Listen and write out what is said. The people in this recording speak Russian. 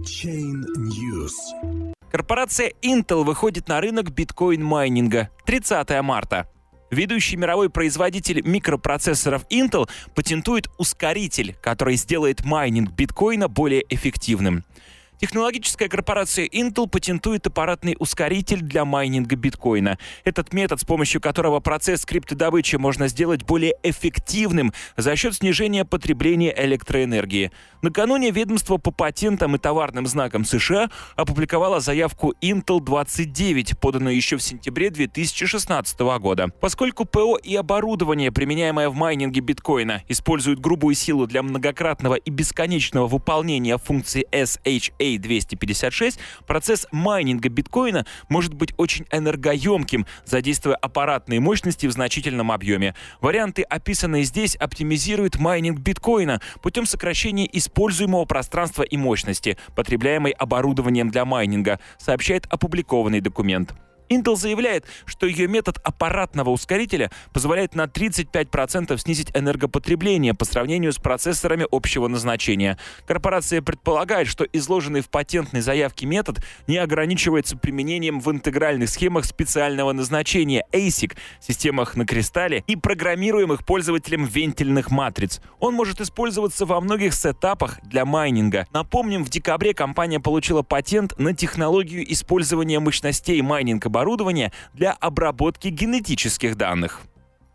Chain News. Корпорация Intel выходит на рынок биткоин-майнинга. 30 марта. Ведущий мировой производитель микропроцессоров Intel патентует ускоритель, который сделает майнинг биткоина более эффективным. Технологическая корпорация Intel патентует аппаратный ускоритель для майнинга биткоина. Этот метод, с помощью которого процесс криптодобычи можно сделать более эффективным за счет снижения потребления электроэнергии. Накануне ведомство по патентам и товарным знакам США опубликовало заявку Intel 29, поданную еще в сентябре 2016 года. Поскольку ПО и оборудование, применяемое в майнинге биткоина, используют грубую силу для многократного и бесконечного выполнения функции SHA-256, процесс майнинга биткоина может быть очень энергоемким, задействуя аппаратные мощности в значительном объеме. Варианты, описанные здесь, оптимизируют майнинг биткоина путем сокращения используемого пространства и мощности, потребляемой оборудованием для майнинга, сообщает опубликованный документ. Intel заявляет, что ее метод аппаратного ускорителя позволяет на 35% снизить энергопотребление по сравнению с процессорами общего назначения. Корпорация предполагает, что изложенный в патентной заявке метод не ограничивается применением в интегральных схемах специального назначения ASIC, системах на кристалле и программируемых пользователем вентильных матриц. Он может использоваться во многих сетапах для майнинга. Напомним, в декабре компания получила патент на технологию использования мощностей майнинг-оборудования для обработки генетических данных.